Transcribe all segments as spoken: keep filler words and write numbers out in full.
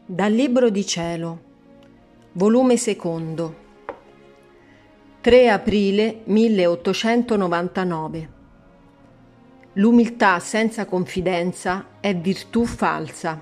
Dal Libro di Cielo, volume secondo, tre aprile milleottocentonovantanove. L'umiltà senza confidenza è virtù falsa.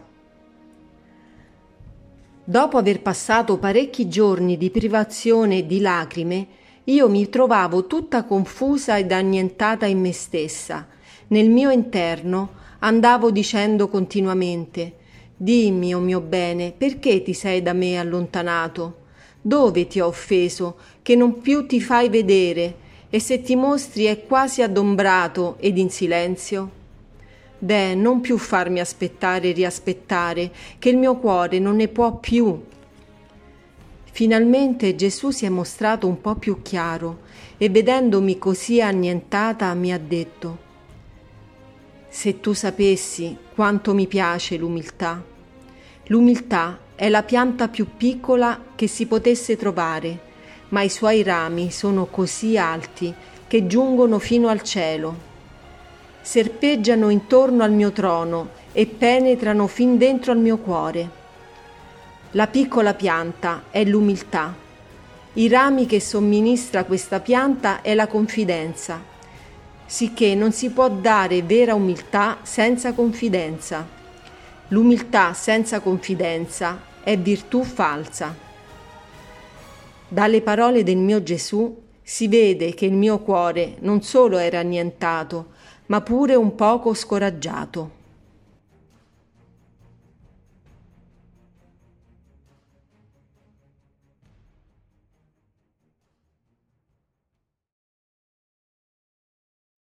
Dopo aver passato parecchi giorni di privazione e di lacrime, io mi trovavo tutta confusa ed annientata in me stessa. Nel mio interno andavo dicendo continuamente: dimmi, o mio bene, perché ti sei da me allontanato? Dove ti ho offeso, che non più ti fai vedere, e se ti mostri è quasi adombrato ed in silenzio? Deh, non più farmi aspettare e riaspettare, che il mio cuore non ne può più. Finalmente Gesù si è mostrato un po' più chiaro e vedendomi così annientata mi ha detto: se tu sapessi quanto mi piace l'umiltà. L'umiltà è la pianta più piccola che si potesse trovare, ma i suoi rami sono così alti che giungono fino al cielo. Serpeggiano intorno al mio trono e penetrano fin dentro al mio cuore. La piccola pianta è l'umiltà. I rami che somministra questa pianta è la confidenza, sicché non si può dare vera umiltà senza confidenza. L'umiltà senza confidenza è virtù falsa. Dalle parole del mio Gesù si vede che il mio cuore non solo era annientato, ma pure un poco scoraggiato.